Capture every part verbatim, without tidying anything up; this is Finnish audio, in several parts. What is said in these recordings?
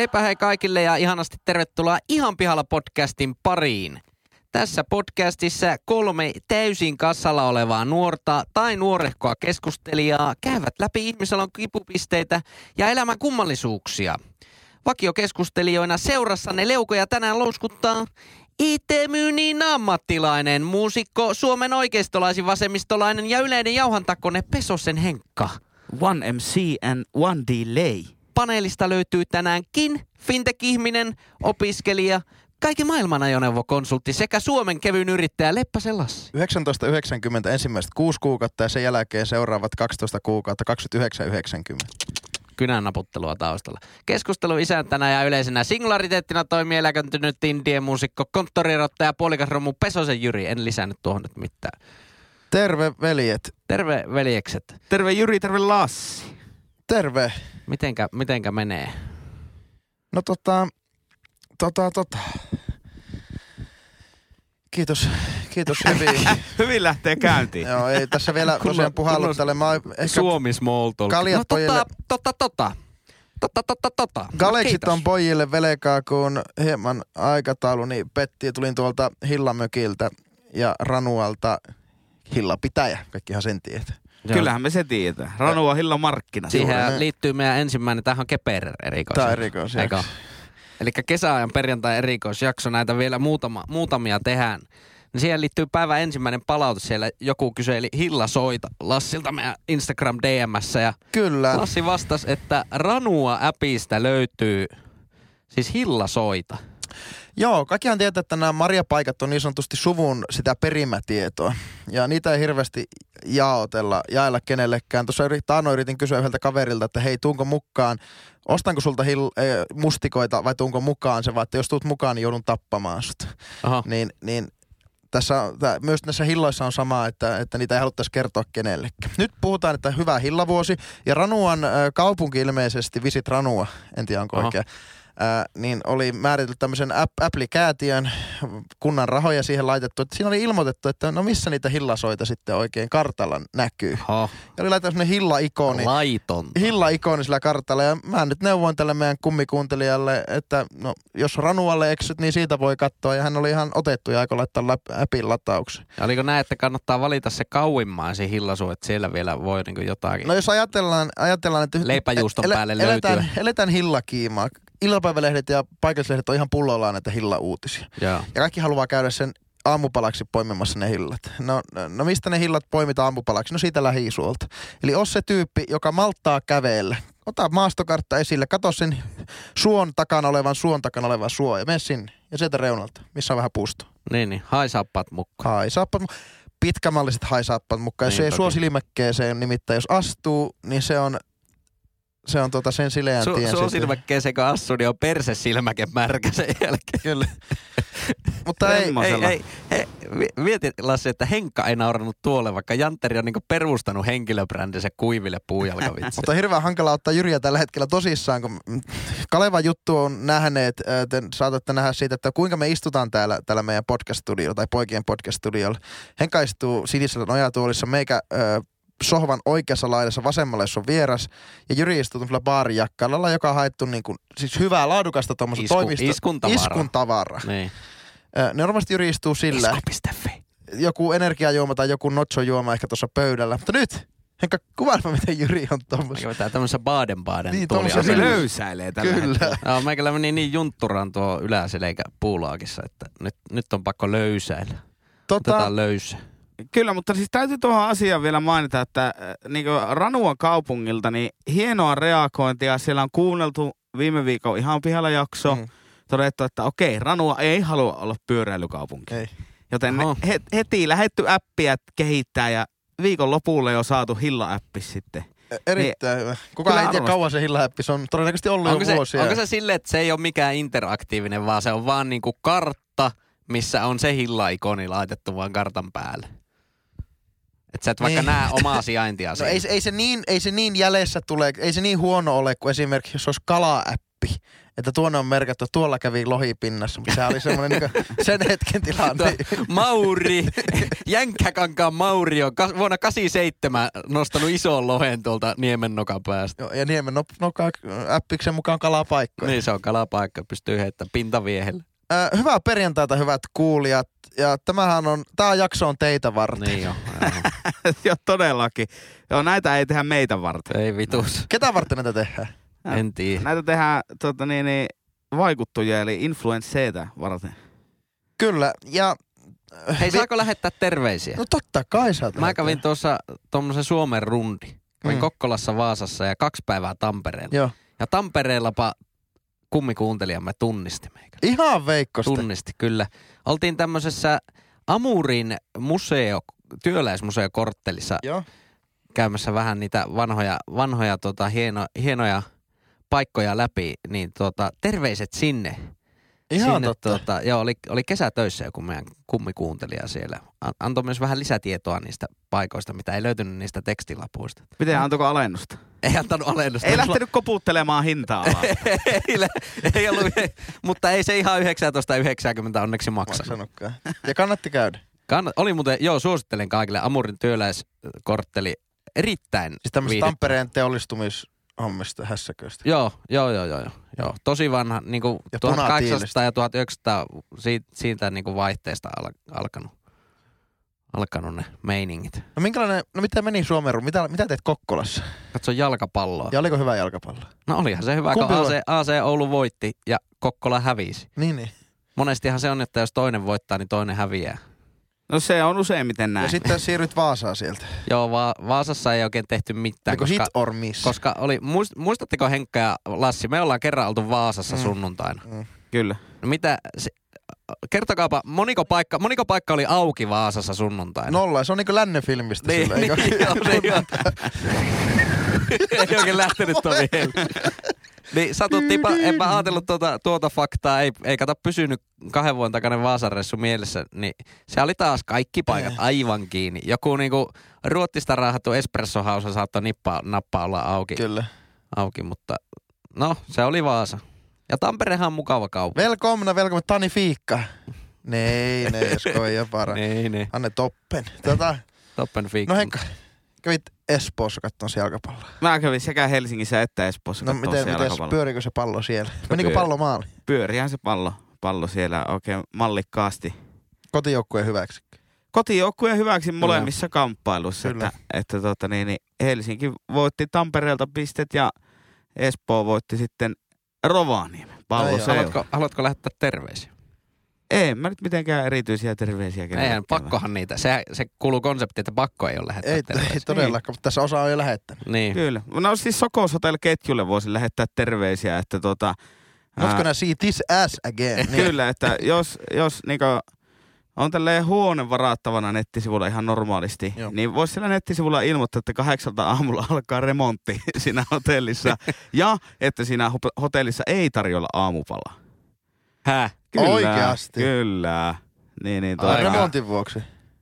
Heipä hei kaikille ja ihanasti tervetuloa Ihan pihalla podcastin pariin. Tässä podcastissa kolme täysin kassalla olevaa nuorta tai nuorehkoa keskustelijaa käyvät läpi ihmisalan kipupisteitä ja elämän kummallisuuksia. Vakiokeskustelijoina seurassanne leukoja tänään louskuttaa I T-myynnin ammattilainen, muusikko, Suomen oikeistolaisin vasemmistolainen ja yleinen jauhantakone Pesosen Henkka. One M C and one delay. Paneelista löytyy tänäänkin fintech-ihminen, opiskelija, kaiken maailman ajoneuvokonsultti sekä Suomen kevyin yrittäjä Leppäsen Lassi. yhdeksäntoista yhdeksänkymmentä ensimmäiset kuusi kuukautta ja sen jälkeen seuraavat kaksitoista kuukautta kaksikymmentäyhdeksän yhdeksänkymmentä. Kynän naputtelua taustalla. Keskustelu isäntänä ja yleisenä singulariteettina toimii eläköntynyt indien muusikko, konttorierottaja, puolikasromu Pesosen Jyri. En lisännyt tuohon nyt mitään. Terve veljet. Terve veljekset. Terve Jyri, terve Lassi. Terve. Mitenkä, mitenkä menee? No tota, tota, tota. Kiitos, kiitos hyvin. Hyvin lähtee käyntiin. Joo, ei tässä vielä tosiaan puhalluttele. Mä oon ehkä Suomi small talk. kaljat No pojille, tota, tota, tota. Tota, tota, tota. galeksit Kiitos. on pojille velekaa, kun hieman aikatauluni petti. Tulin tuolta Hillamökiltä ja Ranualta Hillapitäjä. Kaikkihan sen tietää. Joo. Kyllähän me se tiedetään. Ranua Hilla markkina. Siihen Juuri. liittyy meidän ensimmäinen, tämähän on Keper erikois. Tää on erikoisjakso. Eli kesäajan perjantai erikoisjakso, näitä vielä muutama, muutamia tehdään. Niin siihen liittyy päivän ensimmäinen palaute. Siellä joku kyseli Hilla soita Lassilta meidän Instagram D M:ssä ja Kyllä. Lassi vastasi, että Ranua-appista löytyy siis Hilla soita. Joo, kaikkihan tietää, että nämä marjapaikat on niin sanotusti suvun sitä perimätietoa. Ja niitä ei hirveästi jaotella, jaella kenellekään. Tuossa taannoin yritin kysyä yhdeltä kaverilta, että hei, tuunko mukaan, ostanko sulta hil- eh, mustikoita vai tuunko mukaan se, vai että jos tuut mukaan, niin joudun tappamaan sut. Aha. Niin, niin tässä on, tää, myös näissä hilloissa on sama, että, että niitä ei haluttaisi kertoa kenellekään. Nyt puhutaan, että hyvä hillavuosi. Ja Ranuan äh, kaupunki ilmeisesti, Visit Ranua, en tiedä onko Aha. oikein, äh, niin oli määritelty tämmöisen Apple-käätiön kunnan rahoja siihen laitettu. Että siinä oli ilmoitettu, että no missä niitä hillasoita sitten oikein kartalla näkyy. Oho. Ja oli laitettu semmoinen hilla-ikoni. Laitonta. Hilla-ikoni sillä kartalla, ja mä nyt neuvoin tälle meidän kummikuuntelijalle, että no, jos Ranualle eksyt, niin siitä voi katsoa, ja hän oli ihan otettu ja aikoi laittaa appin latauksen. Ja oliko näin, että kannattaa valita se kauimmaisin hillasuu, että siellä vielä voi niinku jotakin No jos ajatellaan, ajatellaan että leipäjuuston ele- päälle eletään, löytyy. eletään hillakiimaa. Iltapäivälehdet ja paikallislehdet on ihan pullollaan näitä hilla-uutisia. Joo. Ja kaikki haluaa käydä sen aamupalaksi poimimassa ne hillat. No, no mistä ne hillat poimitaan aamupalaksi? No siitä lähisuolta. Eli on se tyyppi, joka malttaa kävellä. Ota maastokartta esille, katso sen suon takana olevan, suon takana olevan suo ja mene sinne. Ja sieltä reunalta, missä on vähän puustoa. Niin, niin. Haisaappaat mukaan. Haisaappat, pitkämalliset haisaappat mukaan. Jos Niin, ei toki. suosilmäkkeeseen nimittäin, jos astuu, niin se on, se on tota sen sileän Su- tien. Suosilmäkkeeseen kun assu, niin on persesilmäke märkä sen jälkeen. Kyllä. Mutta ei, Ei, Semmoisella. ei, ei. Mieti Lassi, että Henkka ei naurannut tuolle, vaikka Jantteri on niinku perustanut henkilöbrändinsä kuiville puujalkavitsille. mutta on hirveän hankala ottaa Jyriä tällä hetkellä tosissaan, kun Kalevan juttu on nähneet, te saatatte nähdä siitä, että kuinka me istutaan täällä, täällä meidän podcast-studiolla tai poikien podcast-studiolla. Henkka istuu sinisellä nojatuolissa, meikä ö, sohvan oikeassa laidassa, vasemmalla jos on vieras, ja Jyri istuu tuolla baarijakkalalla, joka on haettu niin kuin, siis hyvää laadukasta tuommoista Isku- toimisto. iskun tavaraa. Iskun tavaraa. Niin. Ö, Normaalisti Jyri istuu sillä, Isku piste fi. joku energiajuoma tai joku nacho-juoma ehkä tuossa pöydällä. Mutta nyt, Henkka, kuvailma miten Jyri on tuommoista. Tää tämmöisessä Baden-Baden Niin, tuoli. tommosia Se Kyllä. löysäilee tällä Kyllä. hetkellä. Joo, meikällä meni niin juntturaan tuo yläseleikä puulaakissa, että nyt, nyt on pakko löysäillä. Tota, Otetaan löysä. Kyllä, mutta siis täytyy tuohon asiaan vielä mainita, että äh, niin Ranuan kaupungilta niin hienoa reagointia. Siellä on kuunneltu viime viikon Ihan pihalla jakso. Mm. Todettu, että okei, Ranua ei halua olla pyöräilykaupunki. ei. Joten Oho. he, heti lähetty äppiä kehittää ja viikon lopulle jo saatu Hilla-äppi sitten. Erittäin hyvä. Kukaan Kyllä ei tiedä arvostan. kauan se hilla-appi, se on todennäköisesti ollut Onko jo se, vuosia. onko se silleen, että se ei ole mikään interaktiivinen, vaan se on vaan niinku kartta, missä on se hilla-ikoni laitettu vaan kartan päälle? Että sä et vaikka Niin. näe omaa sijaintia No siinä. ei, se- ei, se niin, ei se niin jäljessä tule, ei se niin huono ole kuin esimerkiksi jos olisi kala-appi. nappi, että tuonne on merkattu, että tuolla kävi lohipinnassa, mutta se oli semmoinen niin sen hetken tilanne. Mauri, Jänkkäkankaan Mauri on kas, vuonna kahdeksankymmentäseitsemän nostanut ison lohen tuolta Niemennokan päästä. Joo, ja Niemennokan äppiksen mukaan kalapaikkoja. Niin se on kalapaikka, pystyy heittämään pintaviehelle. Äh, hyvää perjantaita, hyvät kuulijat. Ja tämähän on, tää jakso on teitä varten. Niin jo. Joo, todellakin. Joo, näitä ei tehdä meitä varten. Ei vitus. Ketä varten näitä tehdään? En tiedä. Näitä tehdään tota, niin, niin, vaikuttujia, eli influensseitä varten. Kyllä, ja... Hei, saako lähettää terveisiä? No totta kai saat Mä kävin tuossa tommosen Suomen rundi. Kävin Mm. Kokkolassa, Vaasassa ja kaksi päivää Tampereella. Joo. Ja Tampereellapa kummikuuntelijamme tunnisti meikä. Ihan veikkosta. Tunnisti, kyllä. Oltiin tämmöisessä Amurin museo, työläismuseokorttelissa Joo. käymässä vähän niitä vanhoja, vanhoja tota, hieno, hienoja paikkoja läpi. Niin tota, terveiset sinne. Ihan sinne, totta. Tota, joo, oli, oli kesätöissä joku meidän kummikuuntelija siellä. An- Antoi myös vähän lisätietoa niistä paikoista, mitä ei löytynyt niistä tekstilapuista. Miten, antoiko alennusta? Ei antanut alennusta. Ei lähtenyt koputtelemaan hintaa alas. ei, lä- ei ollut, mutta ei se ihan yhdeksäntoista yhdeksänkymmentä onneksi maksanut. Maksanutkaan. Ja kannatti käydä. Kann- oli muuten, joo, suosittelen kaikille Amurin työläiskortteli. Erittäin Siis tämmöistä viihdyttävä. Tampereen teollistumishommista, hässäköistä. Joo, joo, joo, joo, joo. joo. Tosi vanha, niinku Ja tuhatkahdeksansataa ja tuhatyhdeksänsataa siitä, siitä niinku vaihteesta al- alkanut, alkanut ne meiningit. No minkälainen, no mitä meni Suomen ru- mitä, mitä teit Kokkolassa? Katso jalkapalloa. Ja oliko hyvä jalkapallo? No olihan se hyvä, Kumpi kun voi- A C, A C Oulu voitti ja Kokkola hävisi. Niin, niin. Monestihan se on, että jos toinen voittaa, niin toinen häviää. No se on useimmiten näin. Ja sitten siirryt Vaasaan sieltä. Joo, Va- Vaasassa ei oikein tehty mitään, Oliko koska, hit or miss? koska oli, muist, muistatteko Henkka ja Lassi, me ollaan kerran oltu Vaasassa Mm. mm. sunnuntaina. Mm. Kyllä. No mitä, se, kertokaapa, moniko paikka, moniko paikka oli auki Vaasassa sunnuntaina? Nolla, se on niinku lännefilmistä Niin, sillä. niin, joo, niin, joo. Ei oikein lähtenyt tuo vielä. Niin satuttiinpa, enpä ajatellut tuota, tuota faktaa, ei, ei kato pysynyt kahden vuoden takainen Vaasan reissu mielessä, niin se oli taas kaikki paikat aivan kiinni. Joku niinku Ruotsista raahattu espressohausa saattoi nippaa, nappaa olla auki, Kyllä. auki, mutta no se oli Vaasa. Ja Tamperehan on mukava kaupunki. Velkomna, velkomna, Tani Fiikka. Nei, ne, skoi ja para. Niin, niin. Anne Toppen. Tota, Toppen fiikki. no Henkka, kävit Espoossa kattomassa jalkapalloa. Mä kävin sekä Helsingissä että Espoossa No katsomassa miten, miten jalkapalloa. pyörikö se pallo siellä? Menikö pyö- pallo maali? Pyörihän se pallo, pallo siellä oikein mallikkaasti. Kotijoukkueen hyväksi. Kotijoukkueen hyväksi molemmissa kamppailuissa. Kyllä. Että, että tota, niin, niin Helsinki voitti Tampereelta pistet ja Espoo voitti sitten Rovaniemen. Ai Pallo joo. se. Haluatko, haluatko lähettää terveisiä? Ei mä nyt mitenkään erityisiä terveisiä Eihän, kenellekään. pakkohan niitä. Se, se kuuluu konsepti, että pakko ei ole lähettää Ei, terveisiä. ei todellakaan, mutta tässä osa on jo lähettänyt. Niin. Kyllä. No siis Sokos Hotel-ketjulle voisin lähettää terveisiä, että tota... Not ää, gonna see this ass again. Niin. Kyllä, että jos, jos niinku on tälleen huone varattavana nettisivulla ihan normaalisti, Joo. niin voisi siellä nettisivulla ilmoittaa, että kahdeksalta aamulla alkaa remontti siinä hotellissa ja että siinä ho- hotellissa ei tarjolla aamupalaa. Häh? Kyllä, Oikeasti? Kyllä. Niin, niin, Ai, tuota, remontin vuoksi.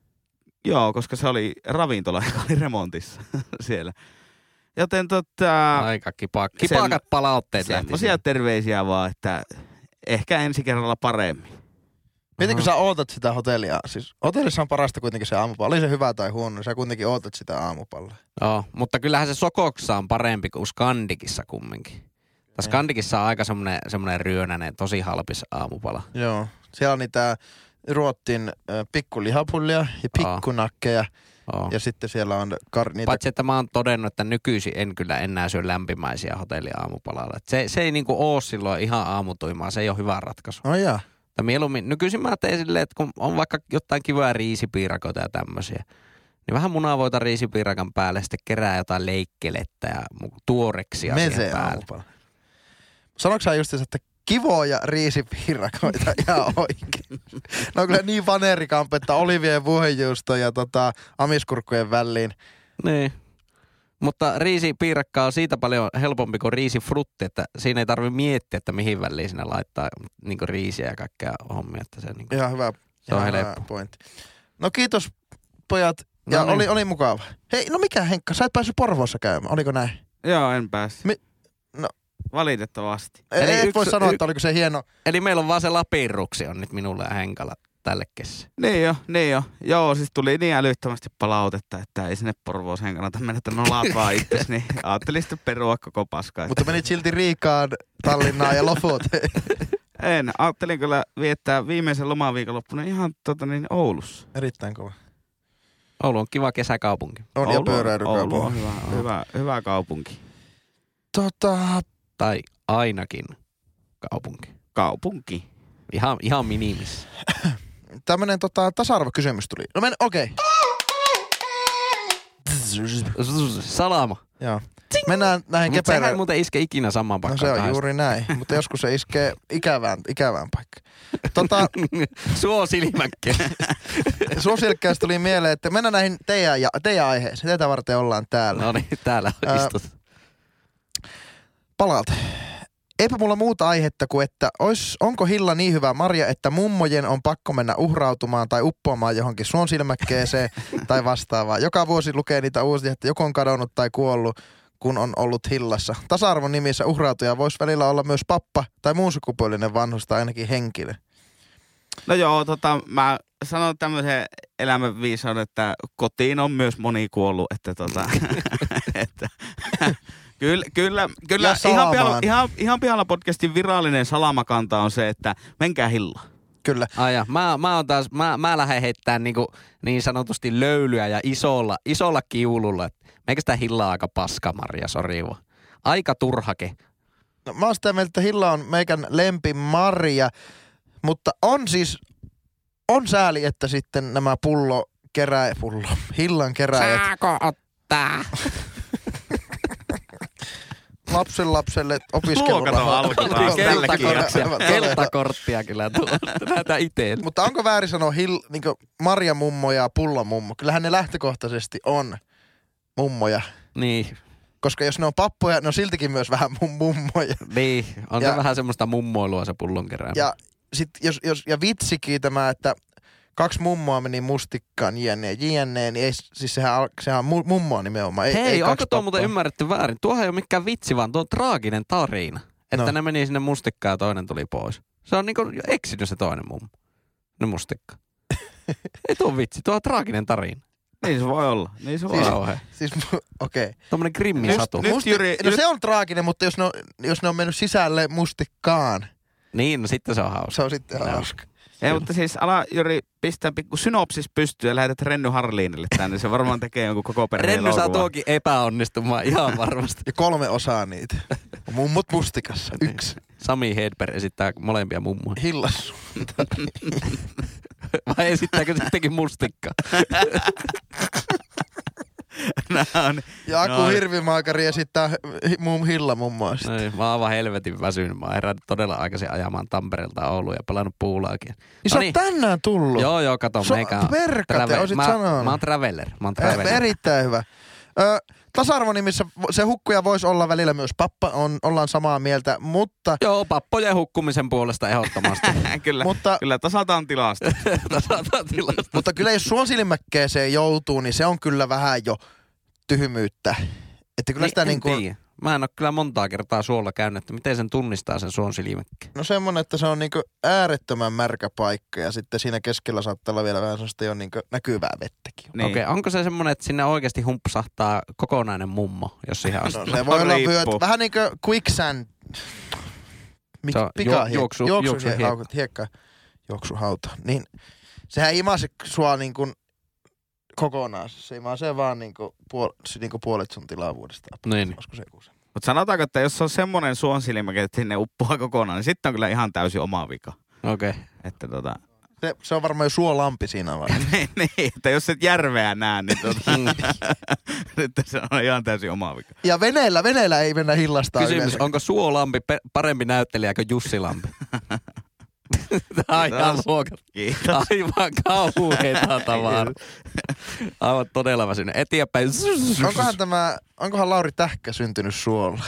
joo, koska se oli ravintola, joka oli remontissa siellä. Joten tota... Aika kipa, kipakat Sem- palautteet lähti Semmoisia siihen. terveisiä vaan, että ehkä ensi kerralla paremmin. Miten kun sä ootat sitä hotellia? Siis hotellissa on parasta kuitenkin se aamupallo. Oli se hyvä tai huono, sä kuitenkin ootat sitä aamupalloa. Joo, mutta kyllähän se Sokoksa on parempi kuin Skandikissa kumminkin. Tässä Skandikissa on aika semmoinen, semmoinen ryönäinen, tosi halpis aamupala. Joo. Siellä on niitä Ruottin äh, pikkulihapullia ja pikkunakkeja. Joo. Ja sitten siellä on kar- niitä... Paitsi, että mä oon todennut, että nykyisin en kyllä enää syö lämpimäisiä hotelliaamupalalla. Et se, se ei niinku oo silloin ihan aamutuimaa, se ei ole hyvä ratkaisu. Oh jaa. Tai mieluummin, nykyisin mä teen silleen, että kun on vaikka jotain kivää riisipiirakoita ja tämmöisiä, niin vähän munavoita riisipiirakan päälle, sitten kerää jotain leikkelettä ja mu- tuoreksia siihen Mese päälle. aamupala. Sanoitko sä just, että kivoja riisipiirakoita ihan oikein? Ne on kyllä niin vanerikampetta, olivien vuohenjuusto ja tota, amiskurkkujen väliin. Niin. Mutta riisipiirakka on siitä paljon helpompi kuin riisifrutti, että siinä ei tarvitse miettiä, että mihin väliin sinne laittaa niin riisiä ja kaikkea hommia. Että se, niin kuin, Ihan hyvä, se on ihan hyvä helppo. pointti. No kiitos pojat. Ja No niin. oli, oli mukava. Hei, no mikä Henkka, sä et päässyt Porvoossa käymään, oliko näin? Joo, en päässyt. valitettavasti. Eli et yksi- voi sanoa, y- että oliko se hieno. Eli meillä on vaan se Lapinruksi on nyt minulla ja Henkalla tälle kessä. Niin jo, niin jo. Joo, siis tuli niin älyttömästi palautetta, että ei sinne Porvooseen kannata mennä, että nolaat vaan itsesi, niin ajattelin sitten perua koko paskaa. Mutta menit silti Riikaan, Tallinnaan ja Lofoteen. En, ajattelin kyllä viettää viimeisen lomaviikonloppuna ihan tota niin Oulussa. Erittäin kova. Oulu on kiva kesäkaupunki. On ja Oulu on pyöräilykaupunki. hyvä, hyvä, hyvä kaupunki. Tota, Tai ainakin kaupunki. Kaupunki. Ihan, ihan minimissä. tämmönen tota, tasa-arvokysymys tuli. No men, okei. Salama. Joo. Mennään näihin Mutta sehän ei keperöön. muuten iske ikinä samaan No paikkaan se on kahdesta. juuri näin, mutta joskus se iskee ikävään, ikävään paikkaan. Tota, Suo silmäkkeen. suosilkkäistä tuli mieleen, että mennään näihin teidän, ja, teidän aiheeseen. Teitä varten ollaan täällä. No niin, täällä Ää, istut. Palalta. Eipä mulla muuta aihetta kuin, että ois, onko Hilla niin hyvä marja, että mummojen on pakko mennä uhrautumaan tai uppoamaan johonkin suonsilmäkkeeseen tai vastaavaa. Joka vuosi lukee niitä uusia, että joku on kadonnut tai kuollut, kun on ollut Hillassa. Tasa-arvon nimissä uhrautuja voisi välillä olla myös pappa tai muun sukupuolinen vanhus tai ainakin henkilö. No joo, tota, mä sanon tämmöisen elämänviisauden, että kotiin on myös moni kuollut, että tota, että Kyllä, kyllä, kyllä. Ja Ihan pihalla, Salamaan. ihan, ihan pihalla podcastin virallinen salamakanta on se, että menkää Hillaan. Kyllä. Ai ja, mä, mä, oon taas, mä, mä lähden heittämään niinku, niin sanotusti löylyä ja isolla, isolla kiululla. Meikä sitä Hillaa aika paskamaria, sori vaan. Aika turhake. No, mä oon sitä mieltä, että Hilla on meikän lempimarja, mutta on siis, on sääli, että sitten nämä pullo kerää, pullo, Hillan keräjät Saako ottaa? lapsen lapselle Luokaton opiskelurahaa. alku taas tällekin Keltakorttia, keltakorttia kyllä tuolla. Näitä itselle. Mutta onko väärin sanoa Hill, niinku Marja mummo ja Pulla mummo? Kyllähän ne lähtökohtaisesti on mummoja. Niin, Koska jos ne on pappoja, ne on siltikin myös vähän mum- mummoja. niin. On Ja- se vähän semmoista mummoilua se pullon keräämä. Ja, sit, jos, jos, ja vitsikin tämä, että kaksi mummoa meni mustikkaan jne, jne, niin ei, siis sehän, al- sehän on mu- mummoa nimenomaan. Ei, Hei, ei onko kaksi tuo muuten pappoa. ymmärretty väärin? Tuohan ei ole mikään vitsi, vaan tuo on traaginen tarina. Että No. ne meni sinne mustikkaan ja toinen tuli pois. Se on niinku eksinyt se toinen mummo. Ne mustikka. Ei tuo vitsi, tuo on traaginen tarina. Niin se voi olla. Niin se voi Siis- olla. Kauhe. Siis, mu- okei. Okay. Tuommoinen Grimmin Nyt- satu. nyt- Musti, Jyri, no nyt- se on traaginen, mutta jos ne on, jos ne on mennyt sisälle mustikkaan, Niin, no sitten se on hauska. se on sitten Joo. hauska. Ei, mutta siis ala Jyri pistää pikku synopsis pystyyn ja lähetät Renny Harliinille tänne. Se varmaan tekee jonkun koko perheen Renny saa elokuvan. tuokin epäonnistumaan ihan varmasti. Ja kolme osaa niitä. Mummot mustikassa. Yksi. Sami Hedberg esittää molempia mummoja. Hillas. Vai esittääkö sittenkin mustikkaa? Nää on, Ja Aku No. Hirvimaakari esittää hi- mum Hilla mummoa sitten. Noin, mä oon aivan helvetin väsynyt. Mä oon herännyt todella aikaisin ajamaan Tampereelta Ouluun ja pelannut puulaakin. Niin sä oot tänään tullut. Joo, joo, kato, So- meikä on perkate, travel- oisit mä, sanonut. mä oon traveller. Mä oon Ä, traveller. erittäin hyvä. Ö, tasa-arvon nimissä vo- se hukkuja voisi olla välillä myös pappa, on, ollaan samaa mieltä, mutta, Joo, pappojen hukkumisen puolesta ehdottomasti. kyllä, mutta, kyllä tasataan tilasta. Tasataan tilasta. mutta kyllä jos suonsilmäkkeeseen joutuu, niin se on kyllä vähän jo tyhmyyttä. Että kyllä sitä en niin kuin, tiedä. Mä en ole kyllä montaa kertaa suolla käynyt, että miten sen tunnistaa sen suon silmäkkeen. no semmonen, että se on niin kuin äärettömän märkä paikka ja sitten siinä keskellä saattaa olla vielä vähän sellaista jo niin kuin näkyvää vettäkin. Niin. Okei, onko se semmoinen, että sinne oikeasti humpsahtaa kokonainen mummo, jos siihen astuu? No, se voi olla riippuu. vyöt, vähän niin kuin quicksand, Mik, Se on pika, juo- juoksu- juoksu, juoksu- juoksu hiekka. hiekka, juoksuhauta. Niin sehän ei imase sua niin kuin kokonaan. Se imasee vaan niin kuin, puol, niin kuin puolet sun tilavuudesta. Niin. Olisiko se joku se? Mutta sanotaanko, että jos on semmoinen suonsilmäke, että sinne uppoaa kokonaan, niin sitten on kyllä ihan täysin oma vika. Okei. Okay. Että tota, Se, se on varmaan jo suolampi siinä vaiheessa. niin, niin, että jos et järveä näe, niin tota, sitten se on ihan täysin oma vika. Ja veneellä, veneellä ei mennä hillastaa Kysymys, yleensä. onko Suolampi pe- parempi näyttelijä kuin Jussi Lampi? Aivan luokat. Kiitos. Aivan kauheeta tavaraa. Aivan todella väsynyt. Eteenpäin. Onkohan tämä, onkohan Lauri Tähkä syntynyt suolla?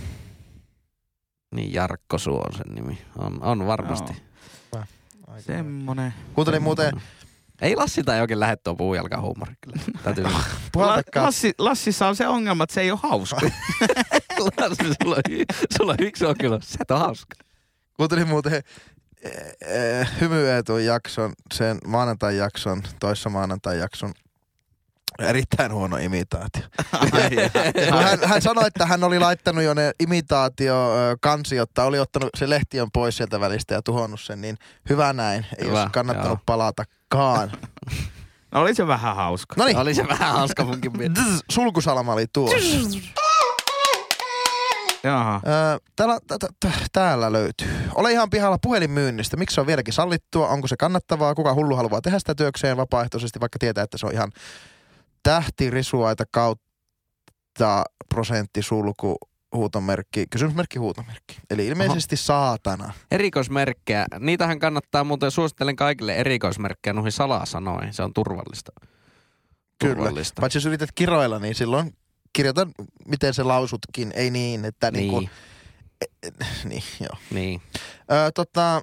Niin, Jarkko Suo on sen nimi. On, on varmasti. Semmonen. Kuuntelin muuten Ei Lassi tai oikein lähde tuo puujalkahuumori kyllä. Täytyy sanoa. puhaltakaa. Lassi, Lassissa on se ongelma, että se ei ole hauska. Lassi, sulla on, sulla on yksi okelo. Sä et ole hauska. Kuuntelin muuten e, e, Hymyeetun jakson, sen maanantain jakson, toissa maanantain jakson. Erittäin huono imitaatio. hän, hän sanoi, että hän oli laittanut jo ne imitaatio-kansiot, oli ottanut se lehtiön pois sieltä välistä ja tuhonnut sen, niin hyvä näin. Ei hyvä, olisi kannattanut joo. palatakaan. No oli se vähän hauska. Noniin. Oli se vähän hauska munkin mielestä. Sulkusalama oli tuossa. Jaha. Täällä, täällä löytyy. Ole ihan pihalla puhelinmyynnistä. Miksi se on vieläkin sallittua? Onko se kannattavaa? Kuka hullu haluaa tehdä sitä työkseen vapaaehtoisesti, vaikka tietää, että se on ihan tähtirisuaita kautta prosenttisulku huutomerkki, kysymysmerkki huutomerkki. Eli ilmeisesti Oho. saatana. Erikoismerkkejä. Niitähän kannattaa muuten, suosittelen kaikille erikoismerkkejä noihin salasanoihin. Se on turvallista. turvallista. Kyllä. Paitsi jos yrität kiroilla, niin silloin kirjoitan, miten se lausutkin. Ei niin, että niin. Niinku, e, e, niin, joo. Niin. Ö, tota,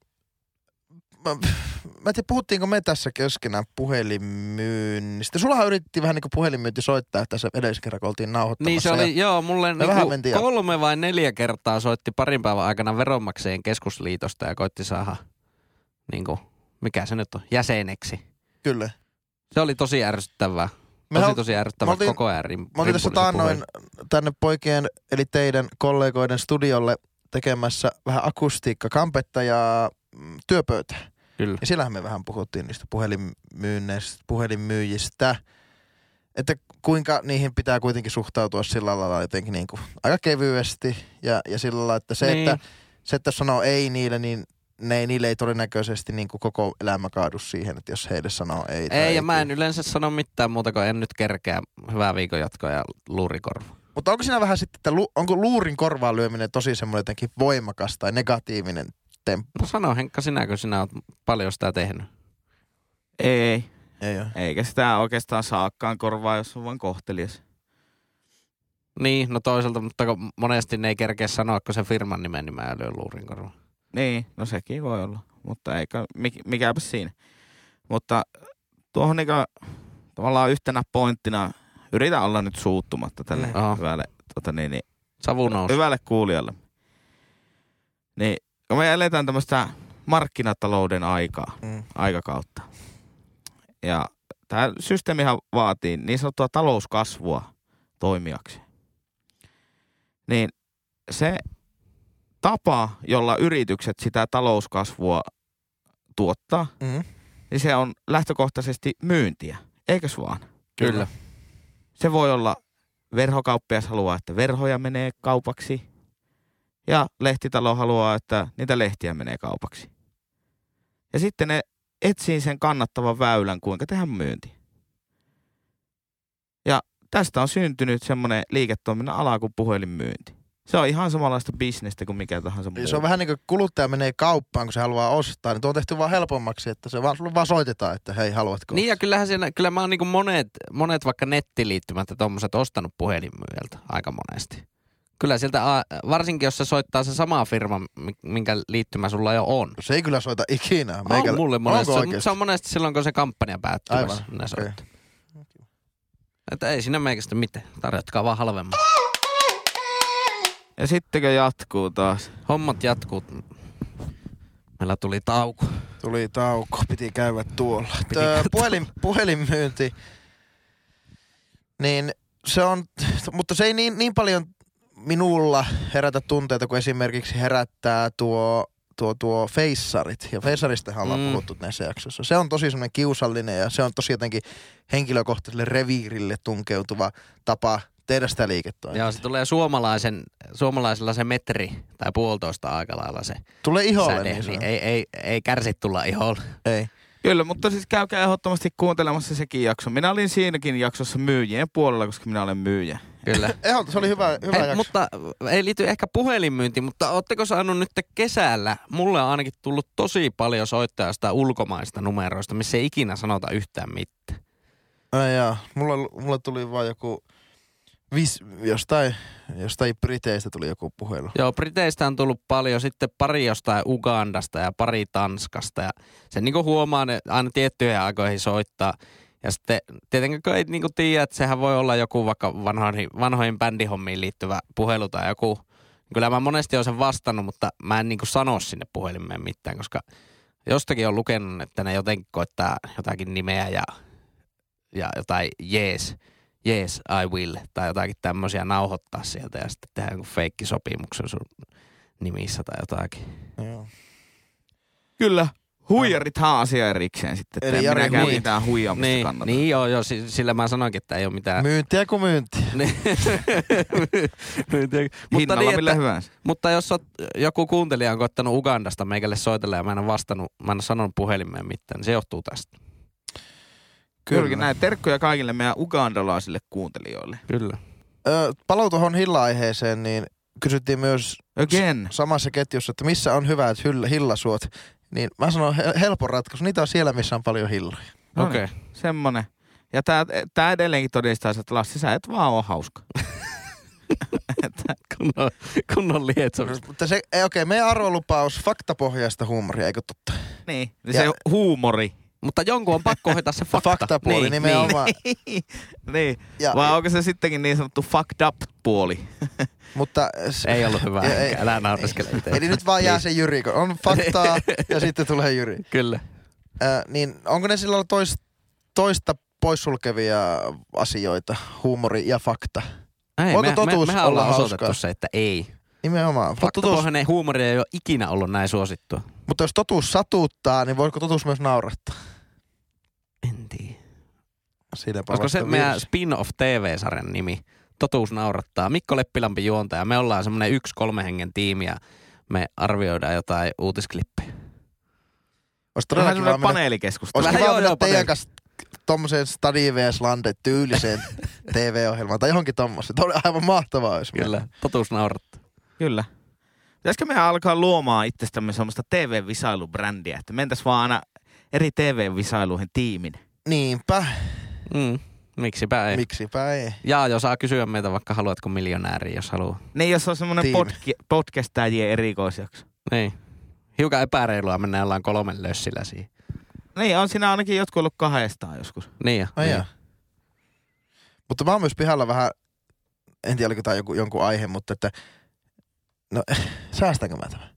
mä, mä en tiedä, puhuttiinko me tässä keskenään puhelinmyynnistä. Sullahan yritettiin vähän niin kuin puhelinmyynti soittaa tässä edellisen kerran, kun oltiin nauhoittamassa. Niin se oli, joo, mulle niin kolme vai neljä kertaa soitti parin päivän aikana Veronmaksajien keskusliitosta ja koitti saada, niin kuin, mikä se nyt on, jäseneksi. Kyllä. Se oli tosi ärsyttävää. Tosi Mehän, tosi ärsyttävää oltiin, koko ajan rim, Mä oltiin tässä taannoin tänne poikien, eli teidän kollegoiden studiolle tekemässä vähän akustiikkakampetta ja mm, työpöytää. Kyllä. Ja siellähän me vähän puhuttiin niistä puhelinmyynnistä, puhelinmyyjistä, että kuinka niihin pitää kuitenkin suhtautua sillä lailla jotenkin niin kuin aika kevyesti ja, ja sillä lailla, että se, niin. että se, että jos sanoo ei niille, niin ne, niille ei todennäköisesti niin kuin koko elämä kaadu siihen, että jos heille sanoo ei. Ei, ei ja mä en yleensä sano mitään muuta, kun en nyt kerkeä. Hyvää viikon jatkoa ja luurikorva. Mutta onko siinä vähän sitten, että lu, onko luurin korvaan lyöminen tosi semmoinen jotenkin voimakas tai negatiivinen temppu? No sano Henkka, sinäkö sinä oot paljon sitä tehnyt? Ei. Ei ole. Eikä sitä oikeastaan saakkaan korvaa, jos on vaan kohtelias. Niin, no toisaalta, mutta monesti ne ei kerkeä sanoa, kun se firman nimen niin mä lyön luurin korvaan. Niin, no sekin voi olla, mutta eikä, mik, mikäpä siinä. Mutta tuohon niinku tavallaan yhtenä pointtina yritä olla nyt suuttumatta tälle mm. hyvälle, tota niin, niin, hyvälle kuulijalle. Niin, kun me eletään tämmöistä markkinatalouden aikaa, mm. aikakautta. Ja tämä systeemihän vaatii niin sanottua talouskasvua toimijaksi. Niin se tapa, jolla yritykset sitä talouskasvua tuottaa, mm. niin se on lähtökohtaisesti myyntiä. Eikös vaan? Kyllä. Se voi olla, verhokauppias haluaa, että verhoja menee kaupaksi. Ja lehtitalo haluaa, että niitä lehtiä menee kaupaksi. Ja sitten ne etsii sen kannattavan väylän, kuinka tehdä myynti. Ja tästä on syntynyt semmoinen liiketoiminnan ala kuin puhelinmyynti. Se on ihan samanlaista bisnestä kuin mikä tahansa muu. Se on vähän niin kuin kuluttaja menee kauppaan, kun se haluaa ostaa, niin tuo on tehty vaan helpommaksi, että se vaan, sulle vaan soitetaan, että hei, haluatko? Niin ja kyllähän siinä, kyllä mä oon niin kuin monet, monet vaikka nettiliittymät ja tommoset ostanut puhelinmyyjältä aika monesti. Kyllä sieltä, varsinkin jos se soittaa se sama firma, minkä liittymä sulla jo on. Se ei kyllä soita ikinä. Meikä... On mulle monesti. Se, se on monesti silloin, kun se kampanja päättyy. Aivan, okay. Että ei siinä meikästä mitään. Tarjotkaa vaan halvemmin. Ja sittenkö jatkuu taas? Hommat jatkuu. Meillä tuli tauko. Tuli tauko. Piti käydä tuolla. Tö, puhelin, puhelinmyynti. Niin se on, mutta se ei niin, niin paljon minulla herätä tunteita, kuin esimerkiksi herättää tuo, tuo, tuo feissarit. Ja feissaristahan ollaan mm. puhuttu näissä jaksoissa. Se on tosi semmoinen kiusallinen ja se on tosi jotenkin henkilökohtaiselle reviirille tunkeutuva tapa tehdä sitä liiketoimintaa. Joo, se tulee suomalaisen, suomalaisella se metri tai puolitoista aika lailla se tulee iholle, säde, niin, niin ei, ei, ei kärsi tulla iholle. Ei. Kyllä, mutta siis käykää ehdottomasti kuuntelemassa sekin jakso. Minä olin siinäkin jaksossa myyjien puolella, koska minä olen myyjä. Kyllä. Ehdottomasti, se oli hyvä, hyvä Hei, jakso. Mutta ei liity ehkä puhelinmyyntiin, mutta ootteko saanut nyt kesällä, mulle on ainakin tullut tosi paljon soittajasta ulkomaista numeroista, missä ei ikinä sanota yhtään mitään. Ai jaa, mulla, mulla tuli vaan joku... Vis, jostain, jostain Briteistä tuli joku puhelu. Joo, Briteistä on tullut paljon, sitten pari jostain Ugandasta ja pari Tanskasta. Ja sen niin kuin huomaa, ne aina tiettyihin aikoihin soittaa. Ja sitten tietenkin kun ei niinku tiedä, että sehän voi olla joku vaikka vanhoihin, vanhoihin bändihommiin liittyvä puhelu tai joku. Kyllä mä monesti olen sen vastannut, mutta mä en niinku sano sinne puhelimeen mitään, koska jostakin on lukenut, että ne jotenkin koittaa jotakin nimeä ja, ja jotain jees, yes I will, tai jotakin tämmöisiä nauhoittaa sieltä ja sitten tehdä jonkun feikkisopimuksen sun nimissä tai jotakin. Joo. Kyllä. Huijarithan on asia erikseen sitten. Eli Eli Jari, minäkään niin. mitään huijaamista Niin, kannata. niin joo, joo, sillä mä sanoinkin, että ei ole mitään. Myyntiä kuin myyntiä. Myyntiä. Mutta, Hinnalla niin, millä että, hyvänsä. mutta jos oot, joku kuuntelija on koittanut Ugandasta meikälle soitella ja mä en ole vastannut, mä en ole sanonut puhelimeen mitään, niin se johtuu tästä. Kyllä. Näin terkkuja kaikille meidän ugandalaisille kuuntelijoille. Kyllä. Ö, paluu tuohon hilla-aiheeseen, niin kysyttiin myös Again. s- samassa ketjussa, että missä on hyvät hyll- hillasuot. Niin mä sanon he- helpon ratkaisu. Niitä on siellä, missä on paljon hilloja. No Okei. niin, semmonen. Ja tää, tää edelleenkin todistaa, että Lassi, sä et vaan oo hauska. Kunnon, kunnon lietsomis. Mutta se, ei, okei, meidän arvolupaus, faktapohjaista huumoria, eikö totta? Niin, Ja- se huumori. Mutta jonkun on pakko hoitaa se fakta. Faktapuoli niin, nimenomaan. niin. Ja- Vai onko se sittenkin niin sanottu fucked up puoli? Mutta s- Ei ollut hyvä. Ja ei- Älä naureskele itse. Eli nyt vaan jää se Jyri, kun on faktaa ja sitten tulee Jyri. Kyllä. Äh, niin onko ne sillä lailla tois, toista poissulkevia asioita, huumori ja fakta? Ei, Voiko me, totuus me, mehän olla ollaan hauskaa? osoitettu se, että ei. Nimenomaan. Totuus, Faktapohjainen huumori ei ole ikinä ollut näin suosittua. mutta jos totuus satuttaa, niin voiko totuus myös naurattaa? En tiedä. Siinäpä Olisiko se vasta meidän virsi. spin-off T V-sarjan nimi? Totuus naurattaa. Mikko Leppilampi juontaja. Me ollaan semmoinen yksi kolme hengen tiimi ja me arvioidaan jotain uutisklippejä. Olisi Vähän todella kiva semmoinen mennä, paneelikeskustelu. olisi Vähän kiva joo, mennä joo, teidän paneeli. kanssa tommoseen Stadi vs. Lande tyyliseen T V-ohjelmaan tai johonkin tommoseen. Tuo oli aivan mahtavaa, jos Kyllä. Totuus naurattaa. Kyllä. Pitäisikö meidän alkaa luomaan itsestämme semmoista T V-visailubrändiä, että mentäis vaan aina eri T V-visailuihin tiimin. Niinpä. Mm. Miksipä ei. Miksipä ei. Jaa, jos saa kysyä meitä vaikka haluatko miljonääriä, jos haluaa. Niin, jos on semmoinen Tiimi. podca- podcastajien erikoisjakso. Niin. Hiukan epäreilua, mennään ollaan kolmen lössillä siihen. Niin, on siinä ainakin jotkut ollut kahdestaan joskus. Niin jo. Ai niin. jaa. Mutta mä oon myös pihalla vähän, en tiedä oliko tää joku, jonkun aihe, mutta että, no säästänkö mä tämän?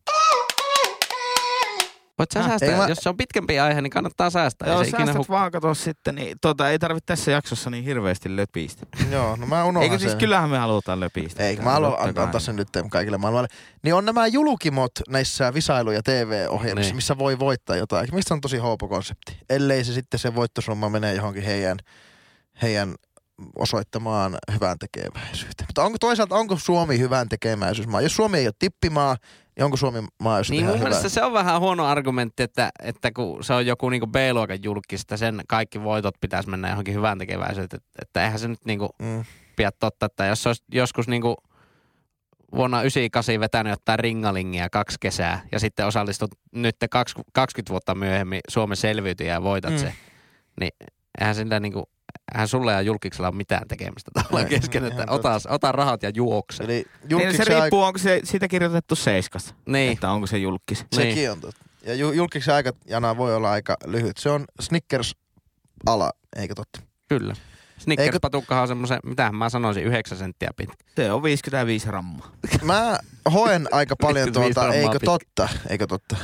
Voit sä Ah, säästää, ei mä- jos se on pitkempi aihe, niin kannattaa säästää. Joo, Ei se ikinä säästät huk- vaan kato sitten, niin tota, ei tarvitse tässä jaksossa niin hirveästi löpiistä. Joo, no mä unohdan Eikö siis sen. kyllähän me halutaan löpiistä. Ei, mä haluan Totta antaa, kai. antaa sen nyt kaikille maailmalle. Niin on nämä julkimot näissä visailu- ja T V-ohjelmissa, Niin. missä voi voittaa jotain. Mistä se on tosi hoopo konsepti? Ellei se sitten se voittosumma menee johonkin heidän, heidän osoittamaan hyvän tekeväisyyteen. Mutta onko toisaalta, onko Suomi hyvän tekeväisyysmaa? Jos Suomi ei ole tippimaa, niin onko Suomi maa, jos Niin tehdään mun hyvää? mielestä se on vähän huono argumentti, että, että kun se on joku niinku B-luokan julkista, sen kaikki voitot pitäisi mennä johonkin hyvään tekeväisyyteen. Että, että eihän se nyt niinku Mm. pidä totta, että jos se olisi joskus niinku vuonna yhdeksänkymmentäkahdeksan vetänyt jotain ringalingia kaksi kesää ja sitten osallistut nyt kaksikymmentä vuotta myöhemmin Suomen selviytyjä ja voitat Mm. se, niin eihän sillä niinku, eihän sulla ja julkiksella ole mitään tekemistä tavallaan Ei, kesken, että ihan ota, ota rahat ja juokse. Eli Niin, se julkiksi riippuu, onko se siitä kirjoitettu seiskassa. Niin, Että onko se julkis. aika, sekin on totta. Ja ju, julkiksi aikajana voi olla aika lyhyt. Se on Snickers-ala, eikö totta? kyllä. Snickers-patukkahan on semmoisen, mitähän mä sanoisin, yhdeksän senttiä pitkä. Se on viisikymmentäviisi rammaa. Mä hoen aika paljon viisikymmentäviisi tuota, grammaa eikö pitkä. totta, eikö totta?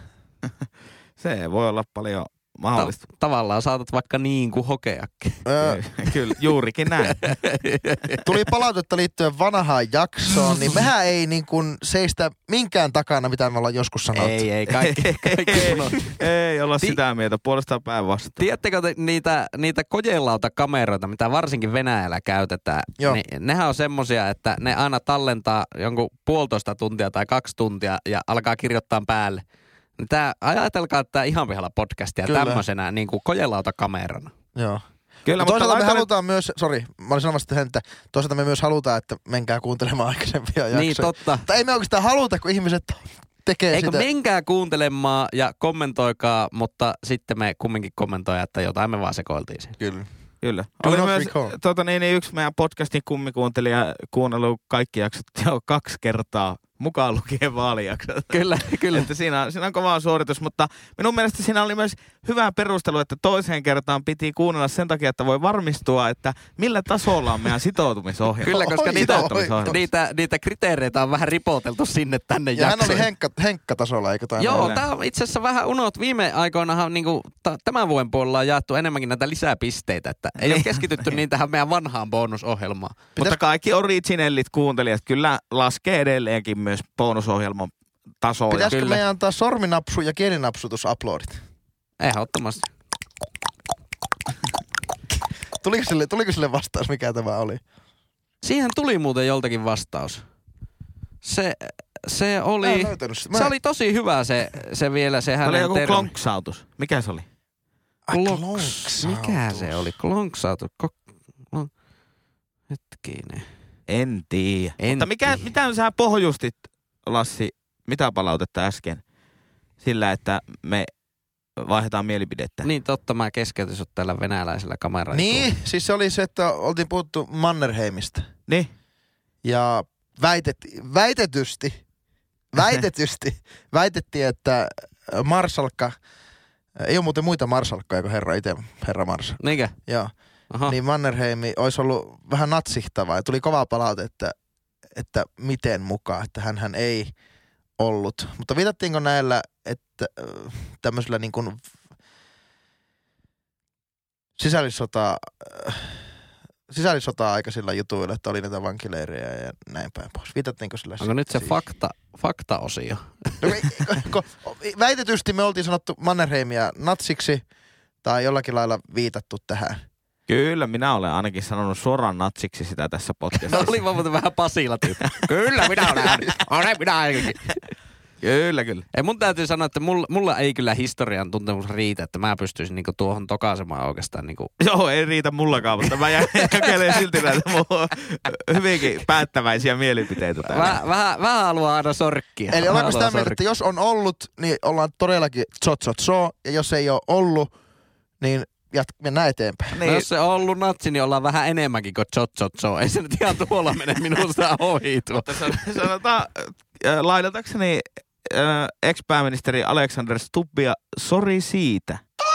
Se voi olla paljon mahdollista. Ta- tavallaan saatat vaikka niin kuin hokeakin. Öö, Kyllä, juurikin näin. tuli palautetta liittyen vanhaan jaksoon, niin mehän ei niin kuin seistä minkään takana, mitä me ollaan joskus sanottu. ei, ei, kaikki, kaikki kun on. Ei olla Ti- sitä mieltä, puolestaan päinvastoin. Tiedättekö te niitä, niitä kojelautakameroita, mitä varsinkin Venäjällä käytetään? Joo. Niin, nehän on semmosia, että ne aina tallentaa jonkun puolitoista tuntia tai kaksi tuntia ja alkaa kirjoittaa päälle. Tää, ajatelkaa tämä ihan pihalla podcastia Kyllä. tämmöisenä niin kuin kojelautakamerana. Joo. Kyllä, No toisaalta me laita nyt- halutaan myös, sori, mä olin sanomassa tähän, että toisaalta me myös halutaan, että menkää kuuntelemaan aikaisempia jaksoja. Niin totta. Tai ei me oikeastaan haluta, kun ihmiset tekee Eikö sitä. menkää kuuntelemaan ja kommentoikaa, mutta sitten me kumminkin kommentoidaan, että jotain me vaan sekoiltiin siinä. Kyllä. Kyllä. Do Oli not myös recall. tota, niin, niin, yksi meidän podcastin kummikuuntelija kuunnellut kaikki jaksot jo kaksi kertaa mukaan lukien vaalijaksot. Kyllä, kyllä. Että siinä, siinä on kova suoritus, mutta minun mielestä siinä oli myös hyvä perustelu, että toiseen kertaan piti kuunnella sen takia, että voi varmistua, että millä tasolla on meidän sitoutumisohjelma. Kyllä, koska Oi, niitä, oi, niitä, niitä kriteereitä on vähän ripoteltu sinne tänne Ja jaksoon. hän oli henkka, henkkatasolla, eikö tai Joo, näin? tämä on itse asiassa vähän unohtu. Viime aikoinahan niin kuin, ta- tämän vuoden puolella on jaettu enemmänkin näitä lisäpisteitä, että ei Niin. ole keskitytty niin tähän meidän vanhaan bonusohjelmaan. Mutta kaikki originellit kuuntelijat kyllä laskee edelleenkin myös bonusohjelman tasoja. Pitäisikö Kyllä. meidän antaa sorminapsu ja kielinapsutus uploadit? Ehdottomasti. Tuliko sille, tuliko sille vastaus, mikä tämä oli? Siihen tuli muuten joltakin vastaus. Se, se Mä en oli, löytänyt sitä. Mä se en- oli tosi hyvä se, se vielä, se Se oli hänen joku termi. klonksautus. Mikä se oli? Ai, Klonks. klonksautus. Mikä se oli? Klonksautus. Ko- klon- Hetkinen. En tiedä. En Mutta mikä, tiedä. mitä sä pohjustit, Lassi, mitä palautetta äsken? Sillä, että me vaihdetaan mielipidettä. Niin totta, mä keskeytyn sut tällä venäläisellä kameralla. Niin, siis se oli se, että oltiin puhuttu Mannerheimista. Niin. Ja väitet, väitetysti, väitetysti, väitettiin, että Marsalkka, ei ole muuten muita Marsalkkoja kuin herra itse, herra Marsa. Niinkö? Joo. Aha. Niin Mannerheimi olisi ollut vähän natsihtava ja tuli kovaa palaute, että, että miten mukaan, että hänhän ei ollut. Mutta viitattiinko näillä, että äh, tämmöisillä niin kuin sisällissota, äh, sisällissota-aikaisilla jutuilla, että oli näitä vankileirejä ja näin päin pois. Viitattiinko sillä? Onko nyt se siihen? fakta, fakta-osio? No, ei- ko- ko- väitetysti me oltiin sanottu Mannerheimia natsiksi tai jollakin lailla viitattu tähän. Kyllä, minä olen ainakin sanonut suoraan natsiksi sitä tässä No podcastissa. oli vaan muuten vähän Pasila tyyppi. Kyllä, minä olen ääni. Olen minä ainakin. Kyllä, kyllä. Ei, mun täytyy sanoa, että mulla, mulla ei kyllä historian tuntemus riitä, että mä pystyisin niinku tuohon tokaisemaan oikeastaan niinku. Joo, ei riitä mullakaan, mutta mä jakelen silti näitä mun hyvinkin päättäväisiä mielipiteitä täällä. Vähän, vähän, vähän haluaa aina sorkkia. Eli Vähän ollaanko sitä haluaa mieltä, että jos on ollut, niin ollaan todellakin tsot tsot so, ja jos ei ole ollut, niin jat- mennään eteenpäin. No, jos se on ollut natsi, niin ollaan vähän enemmänkin kuin tsot tsot so. Ei se nyt ihan tuolla mene minusta ohi tuo. Mutta san- sanotaan, äh, lainatakseni äh, ex-pääministeri Alexander Stubbia, sori siitä.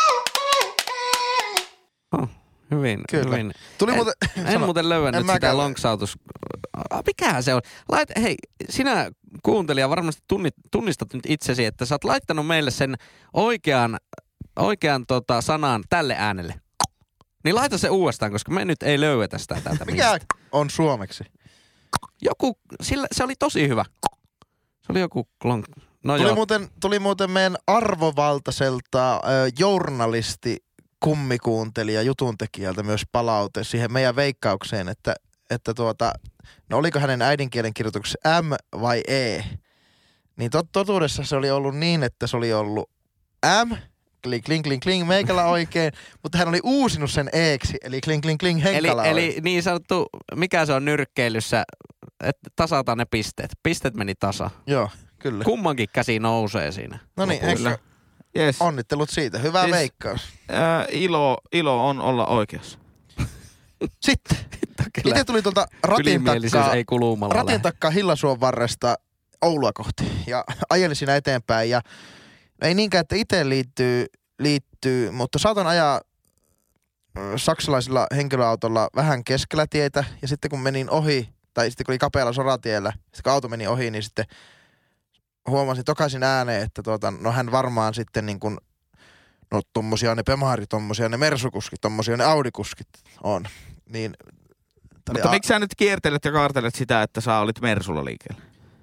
Oh, hyvin, Kyllä. hyvin. Tuli En- muuten, En sano. muuten löytänyt En sitä mäkään. lonksautus. Ah, mikähän se on? Lait, hei, sinä kuuntelija varmasti tunnit, tunnistat nyt itsesi, että sä oot laittanut meille sen oikean, oikean tota, sanan tälle äänelle. Niin laita se uudestaan, koska me nyt ei löydetä sitä täältä Mikä mistä. on suomeksi? Joku, sillä, se oli tosi hyvä. Se oli joku klonk. No Tuli joo. muuten, tuli muuten meidän arvovaltaiselta äh, journalisti, kummikuuntelija, jutuntekijältä myös palaute siihen meidän veikkaukseen, että, että tuota, no oliko hänen äidinkielen kirjoituksessa M vai E? Niin tot, totuudessa se oli ollut niin, että se oli ollut M, kling, kling, kling, kling, meikällä oikein, mutta hän oli uusinut sen Eeksi, eli kling, kling, kling, Eli, henkala eli niin sanottu, mikä se on nyrkkeilyssä, että tasataan ne pisteet. Pisteet meni tasa. Joo, kyllä. Kummankin käsi nousee siinä. No niin, lopussa. Henkka, Yes. onnittelut siitä. Hyvä Siis- veikkaus. Äh, ilo, ilo on olla oikeassa. Sitten, Kyllä. itse tuli tuolta ratin Ylimielisyys takkaa, ei kulumalla ratin lähde. takkaa Hillasuon varresta Oulua kohti ja ajelin siinä eteenpäin ja ei niinkään, että itse liittyy, liittyy, mutta saatan ajaa ö, saksalaisilla henkilöautolla vähän keskellä tietä ja sitten kun menin ohi, tai sitten kun oli kapealla soratiellä, sitten kun auto meni ohi, niin sitten huomasin tokaisin ääneen, että tuota, no hän varmaan sitten niin kuin, no tommosia ne Pemaari, tommosia ne Mersukuskit, tommosia ne Audikuskit on. Niin, tää oli Mutta a- miksi sä nyt kiertelet ja kaartelet sitä, että sä olit Mersulla liikkeellä?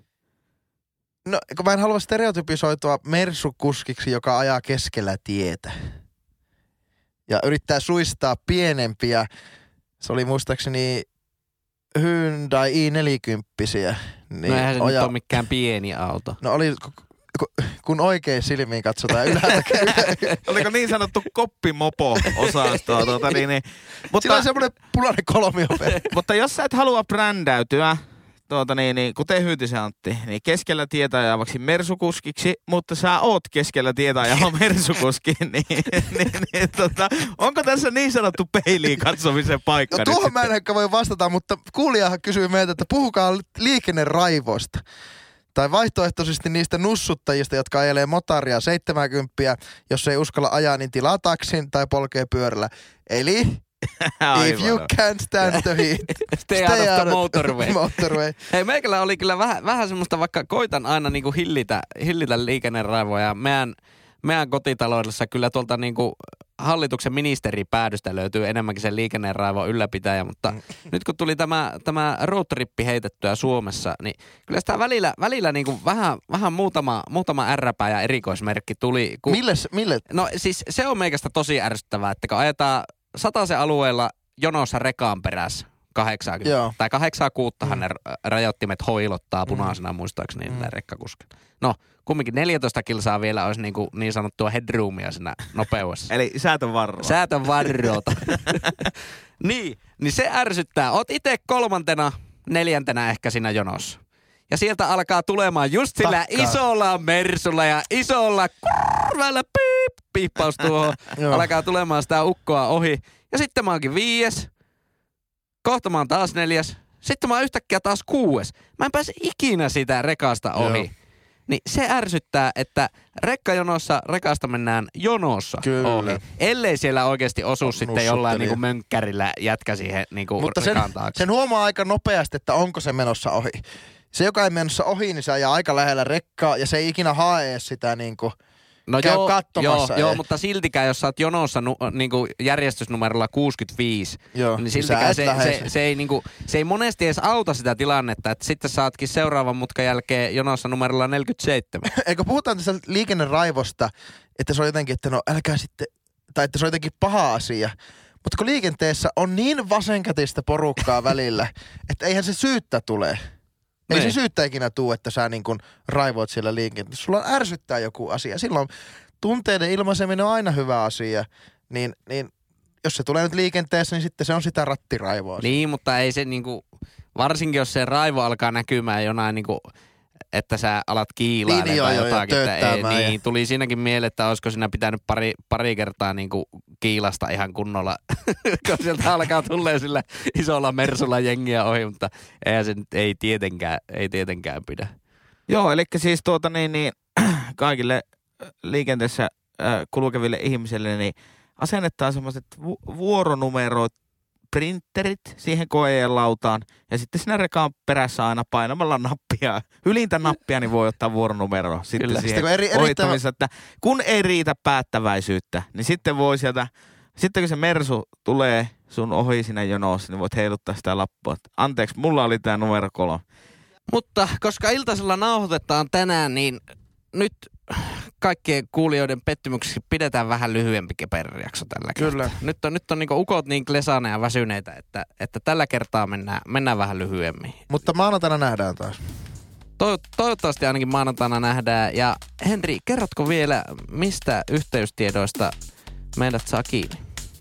No, kun mä en halua stereotypisoitua mersukuskiksi, joka ajaa keskellä tietä. Ja yrittää suistaa pienempiä, se oli muistaakseni Hyundai i neljäkymmentä. Niin No eihän se oja- nyt ole mikään pieni auto. No oli, ku- ku- kun oikein silmiin katsotaan ylhäältä. Oliko niin sanottu koppimopo-osastoa? Tuota, niin, niin. Sillä Mutta, on semmoinen punainen kolmio. mutta jos sä et halua brändäytyä, tuota, niin, niin, kuten Hyytisen Antti, niin keskellä tietä ajavaksi mersukuskiksi, mutta sä oot keskellä tietä ajava mersukuski, niin, niin, niin tota, onko tässä niin sanottu peiliin katsomisen paikka? No nyt tuohon sitten? mä en ehkä voi vastata, mutta kuulijahan kysyy meiltä, että puhukaa liikenneraivoista. Tai vaihtoehtoisesti niistä nussuttajista, jotka ajelee motaria seitsemänkymmentä, jos ei uskalla ajaa, niin tilaa taksin tai polkee pyörällä. Eli if you can't stand the heat, stay, stay out of the motorway. motorway. Hei, meikällä oli kyllä vähän, vähän semmoista, vaikka koitan aina niinku hillitä, hillitä liikenneraivoja. Meidän, meidän kotitaloudessa kyllä tuolta niinku hallituksen ministeripäädystä löytyy enemmänkin sen liikenneraivon ylläpitäjä, mutta mm. nyt kun tuli tämä, tämä roadtrippi heitettyä Suomessa, niin kyllä sitä välillä, välillä niin kuin vähän, vähän muutama, muutama ärräpää ja erikoismerkki tuli. Kun, Milles, mille? No siis se on meikästä tosi ärsyttävää, että kun ajetaan Satasen alueella jonossa rekaan perässä kahdeksankymmentä, Joo. tai kahdeksankymmentäkuusi mm. ne rajoittimet hoilottaa punaisena mm. muistaakseni mm. ne rekkakuskilla. No, kumminkin neljätoista kilsaa vielä olisi niin, kuin niin sanottua headroomia siinä nopeudessa. Eli säätön varroa. Säätön varroota. niin, niin se ärsyttää. Oot itse kolmantena, neljäntenä ehkä siinä jonossa. Ja sieltä alkaa tulemaan just sillä Takkaa. isolla mersulla ja isolla kurvalla piip, piippaus tuohon. Alkaa tulemaan sitä ukkoa ohi. Ja sitten mä oonkin viies. Kohta mä oon taas neljäs. Sitten mä oon yhtäkkiä taas kuues. Mä en pääse ikinä sitä rekasta ohi. Joo. Niin se ärsyttää, että rekkajonossa rekasta mennään jonossa Kyllä. ohi. Ellei siellä oikeasti osu sitten jollain niinku mönkkärillä jätkä siihen niinku Mutta sen, rekan taakse. sen huomaa aika nopeasti, että onko se menossa ohi. Se, joka ei menossa ohi, niin se ajaa aika lähellä rekkaa ja se ei ikinä hae sitä niinku... No käy joo, katsomassa. Joo, joo, mutta siltikään, jos sä oot jonossa nu, niinku järjestysnumerolla kuusikymmentäviisi, joo, niin siltikään se, se, se, se, ei, niinku, se ei monesti edes auta sitä tilannetta, että sitten sä ootkin seuraavan mutkan jälkeen jonossa numerolla neljäkymmentäseitsemän. Eikö puhutaan tässä liikenneraivosta, että se on jotenkin, että no älkää sitten, tai että se on jotenkin paha asia. Mutta kun liikenteessä on niin vasenkätistä porukkaa välillä, että eihän se syyttä tule. Ei se syyttä ikinä tuu, että sä niin kuin raivoit siellä liikenteessä. Sulla ärsyttää joku asia. Silloin tunteiden ilmaiseminen on aina hyvä asia. Niin, niin jos se tulee nyt liikenteessä, niin sitten se on sitä rattiraivoa. Niin, mutta ei se niinku, varsinkin jos se raivo alkaa näkymään jonain niinku, että sä alat kiilailemaan niin, tai joo, jotakin. Joo, että ei, niin, tuli siinäkin mieleen, että olisiko siinä pitänyt pari, pari kertaa niinku kiilasta ihan kunnolla, kun sieltä alkaa tulee sillä isolla mersulla jengiä ohi, mutta eihän se nyt ei tietenkään, ei tietenkään pidä. Joo, eli siis tuota niin, niin kaikille liikenteessä äh, kulkeville ihmisille niin asennetaan semmoiset vu- vuoronumeroit, printerit siihen koejien lautaan ja sitten siinä rekaan perässä aina painamalla nappia, ylintä nappia, niin voi ottaa vuoronumeroa sitten Kyllä. siihen eri, ohittamiseen, että kun ei riitä päättäväisyyttä, niin sitten voi sieltä, sitten kun se mersu tulee sun ohi siinä jonossa, niin voit heiluttaa sitä lappua. Anteeksi, mulla oli tää numero kolme. Mutta koska iltasella nauhoitetaan tänään, niin nyt kaikkien kuulijoiden pettymyksiksi pidetään vähän lyhyempi keperjakso tällä Kyllä. kertaa. Nyt on, nyt on niinku ukot niin klesana ja väsyneitä, että, että tällä kertaa mennään, mennään vähän lyhyemmin. Mutta maanantaina nähdään taas. To, toivottavasti ainakin maanantaina nähdään. Ja Henri, kerrotko vielä, mistä yhteystiedoista meidät saa kiinni?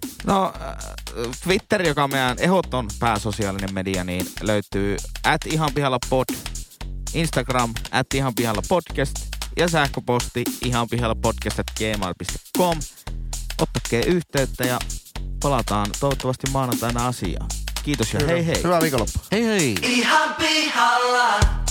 No Twitter, joka on meidän ehdoton pääsosiaalinen media, niin löytyy at ihanpihallapod, Instagram at ihanpihallapodcast ja sähköposti ihanpihallapodcast at gmail piste com. Ottakee yhteyttä ja palataan toivottavasti maanantaina asiaan. Kiitos ja hei hei. Hyvää viikonloppua. Hei hei. Ihan pihalla.